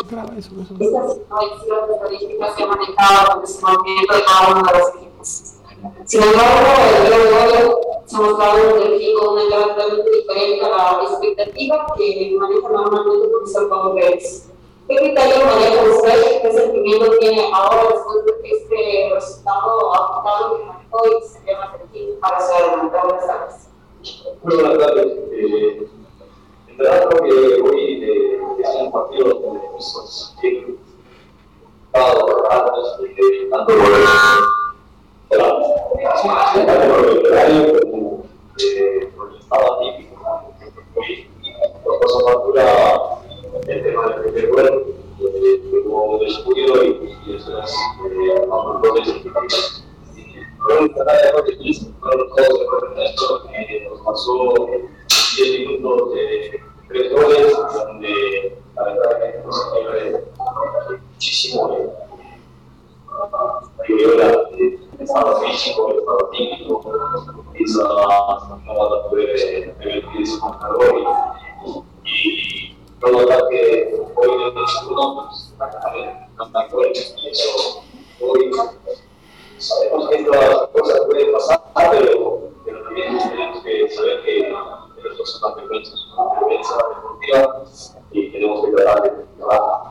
graba eso. Estas no estadísticas que manejaba con ese movimiento de cada uno de los equipos. Sin embargo, el día de hoy se ha mostrado un equipo completamente diferente a la expectativa que maneja normalmente el profesor Pablo Pérez. ¿Qué criterio maneja usted? ¿Qué sentimiento tiene ahora después de este resultado ajustado que manejó y se llama el equipo para hacer adelante? Buenas tardes. Muy buenas tardes. En verdad creo que hoy es un partido donde nosotros tanto por el estado típico, por cosa factura el tema del primer gol, como descuido y eso es ambos goles. Fueron tratar de errores listos, fueron todos errores estos que nos pasó 10 minutos de 3 goles, donde lamentablemente no se pierde muchísimo el estado físico, el estado típico, esa no va a poder revertir ese marcador y no notar que hoy no es tan fuerte y eso hoy sabemos que estas cosas pueden pasar, pero también tenemos que saber que nosotros somos defensa deportiva y tenemos que tratar de trabajar.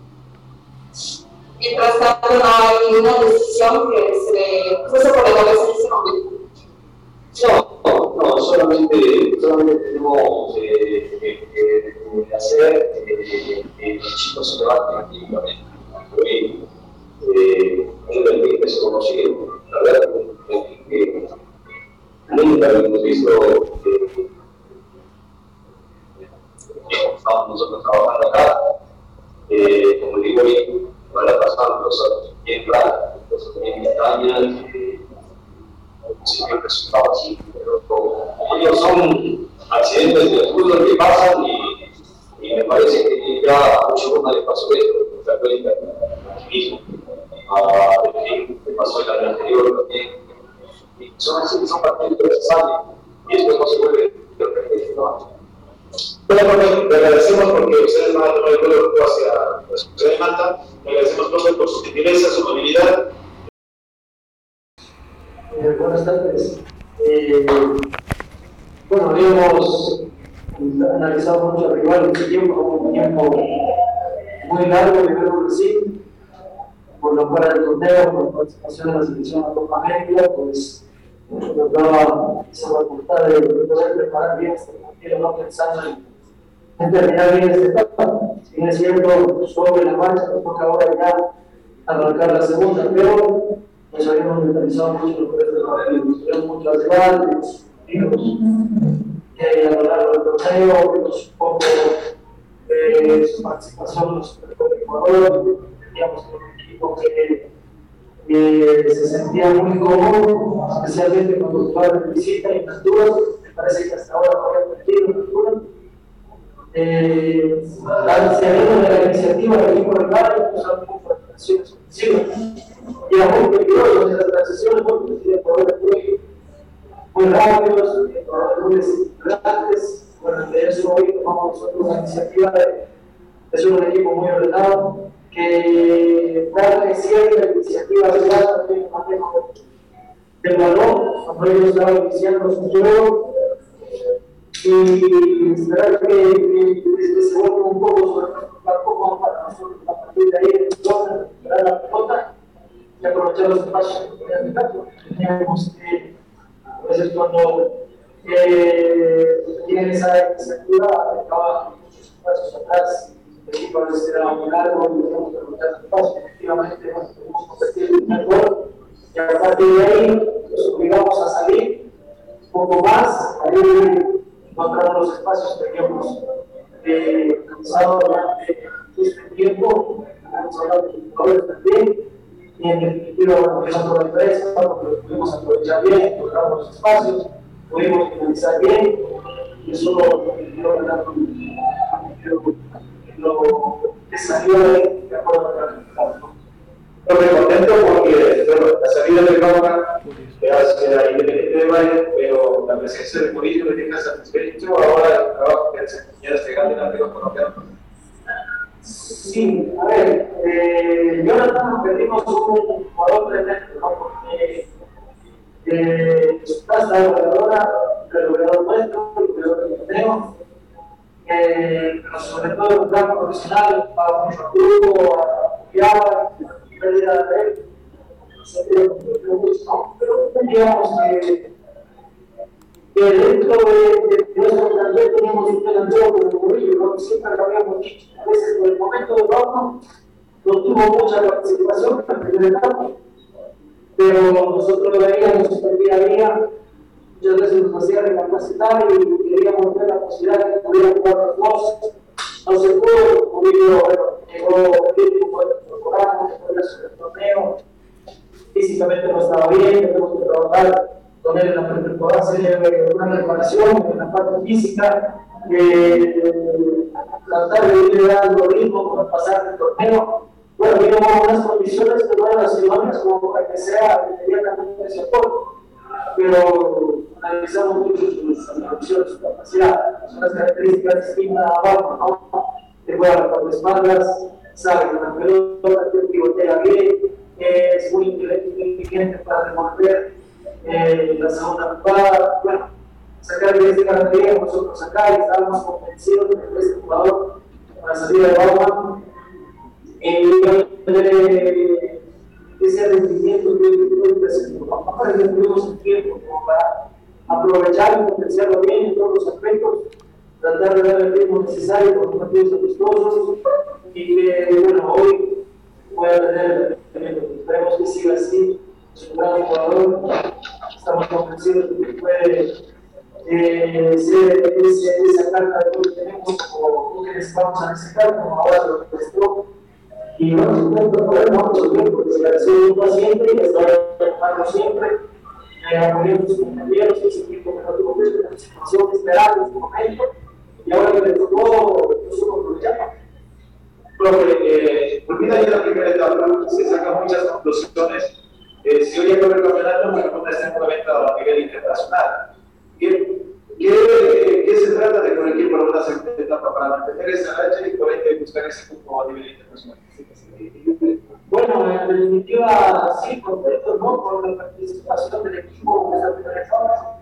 Mientras tanto, no hay ninguna decisión que se le puso por la cabeza en ese momento. No, solamente tenemos que hacer que los chicos se levanten activamente. Hoy es el team que se conocido. La verdad que nunca hemos visto estamos nosotros trabajando acá. Como digo, hoy van a pasar cosas bien raras, cosas bien extrañas. Siempre resultaba así, pero ellos son accidentes del fútbol que pasan y me parece que ya a Muchuruna le pasó esto, se cuenta aquí mismo, a Delfín le pasó el año anterior también, y son así, son partidos que se salen y esto no se vuelve perfecto. Bueno, le agradecemos porque ustedes van a tomar el vuelo hacia la ciudad de Manta, le agradecemos por su gentileza, su amabilidad. Buenas tardes. Bueno, habíamos analizado mucho al rival en ese tiempo, un tiempo muy largo, debemos decir, por lo cual el torneo, por participación en la selección de la Copa América, pues nos daba esa facultad de poder preparar bien este partido, no pensando en terminar bien esta etapa. Si bien es cierto, sobre la marcha, nos toca ahora ya arrancar la segunda, pero nos habíamos mentalizado mucho por este partido, nos tuvimos muchos debates, a lo largo del torneo, vimos un poco su participación en los Ecuador, teníamos un equipo que se sentía muy cómodo, especialmente cuando jugaba de visita y en Honduras, me parece que hasta ahora no había perdido en Honduras. Saliendo de la iniciativa del equipo rival, usando un poco de transiciones ofensivas. Y era muy peligroso en las transiciones porque tiene jugadores muy rápidos, jugadores muy desequilibrantes. Bueno, de eso hoy tomamos nosotros la iniciativa de ser un equipo muy ordenado, que darle cierta iniciativa de también el manejo del balón, cuando ellos estaban iniciando su juego, y esperar que se vuelva un poco sobre la poco para nosotros a partir de ahí recuperar la pelota y aprovechar los espacios que podían dejar, porque teníamos que a veces cuando tienen esa iniciativa acaban muchos espacios atrás, el equipo a veces era muy largo y teníamos que aprovechar los espacios. Efectivamente, bueno, tuvimos que convertir el primer gol y a partir de ahí nos obligamos a salir un poco más, a ir encontrando los espacios que habíamos realizado durante este tiempo, hemos hablado de jugadores también, y en definitiva, bueno, que por la diferencia, porque lo pudimos aprovechar bien, encontramos los espacios, pudimos finalizar bien, y eso lo que salió de acuerdo con el resultado. Estoy contento porque la salida de Cámara era independiente de Valle, pero la presencia de Murillo me deja satisfecho. Ahora el trabajo que desempeña este grande amigo colombiano. Sí, a ver, Jonathan perdimos un jugador tremendo, ¿no? Porque su casa es goleadora, el goleador nuestro, el goleador del torneo, pero sobre todo en un plano profesional, para mucho grupo, a confiar, y pérdida de él, pero digamos que dentro de nuestro plantel teníamos un delantero como Murillo, ¿no? Siempre lo habíamos dicho, a veces por el momento de Roma no tuvo mucha participación en el primer etapa, pero nosotros lo veíamos en el día a día, muchas veces nos hacía recapacitar y queríamos ver la posibilidad de que pudiera jugar los dos. No se pudo, Murillo llegó el programa, después del torneo, físicamente no estaba bien, tenemos que trabajar con él en la pretemporada, hacer una preparación en la parte física, tratar de ir dando ritmo para pasar el torneo. Bueno, vimos unas condiciones que no eran las idóneas como para que sea inmediatamente ese apoyo, pero analizamos mucho sus opciones, su capacidad, son las características distintas abajo, ¿no? Que juega con las espaldas, sabe que la pelota, que pivotea bien, es muy inteligente para remontar la segunda jugada. Bueno, esa característica la teníamos nosotros acá y estábamos convencidos de que este jugador para salir de Bauman ese rendimiento que presentó. Aparte que tuvimos un tiempo como para aprovechar y potenciarlo bien en todos los aspectos, tratar de dar el ritmo necesario por los partidos amistosos y que, bueno, hoy pueda tener el rendimiento. Esperemos que siga así. Es un gran jugador, estamos convencidos de que puede ser esa carta de gol que tenemos como que necesitamos a necesitar, como ahora lo demostró. Y bueno, vamos a ver, porque se ha sido muy paciente y está trabajando siempre, apoyando a sus compañeros, ese equipo que no tuvo una situación esperada en su momento, y ahora que le tocó, nosotros aprovechamos. Profe, olvida ya la primera etapa, se sacan muchas conclusiones. Si hoy acaba el campeonato, me pregunta está en evento a nivel internacional. ¿Qué se trata de corregir para una segunda etapa para mantener esa racha y por ende buscar ese cupo a nivel internacional? Bueno, en definitiva, sí, completo, ¿no? Por la participación del equipo en esa primera etapa.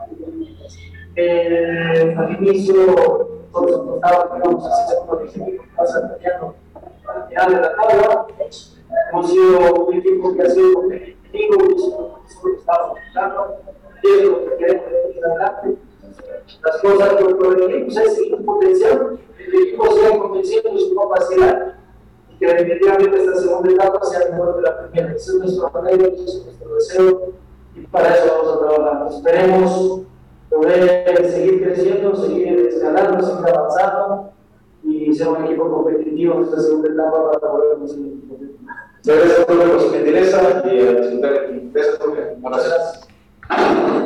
Al inicio, todos apostaban que íbamos a hacer un equipo que pasa peleando al final de la tabla. Hemos sido un equipo que ha sido competitivo y eso es lo que estamos buscando, es lo que queremos ir adelante. Las cosas por el equipo es el potencial, el equipo sea convencido de su capacidad y que definitivamente esta segunda etapa sea mejor que la primera. Ese es nuestro anhelo, ese es nuestro deseo y para eso vamos a trabajar. Esperemos poder seguir creciendo, seguir escalando, seguir avanzando y ser un equipo competitivo en esta segunda etapa para poder conseguir el objetivo. Gracias por su gentileza y a disfrutar. Gracias por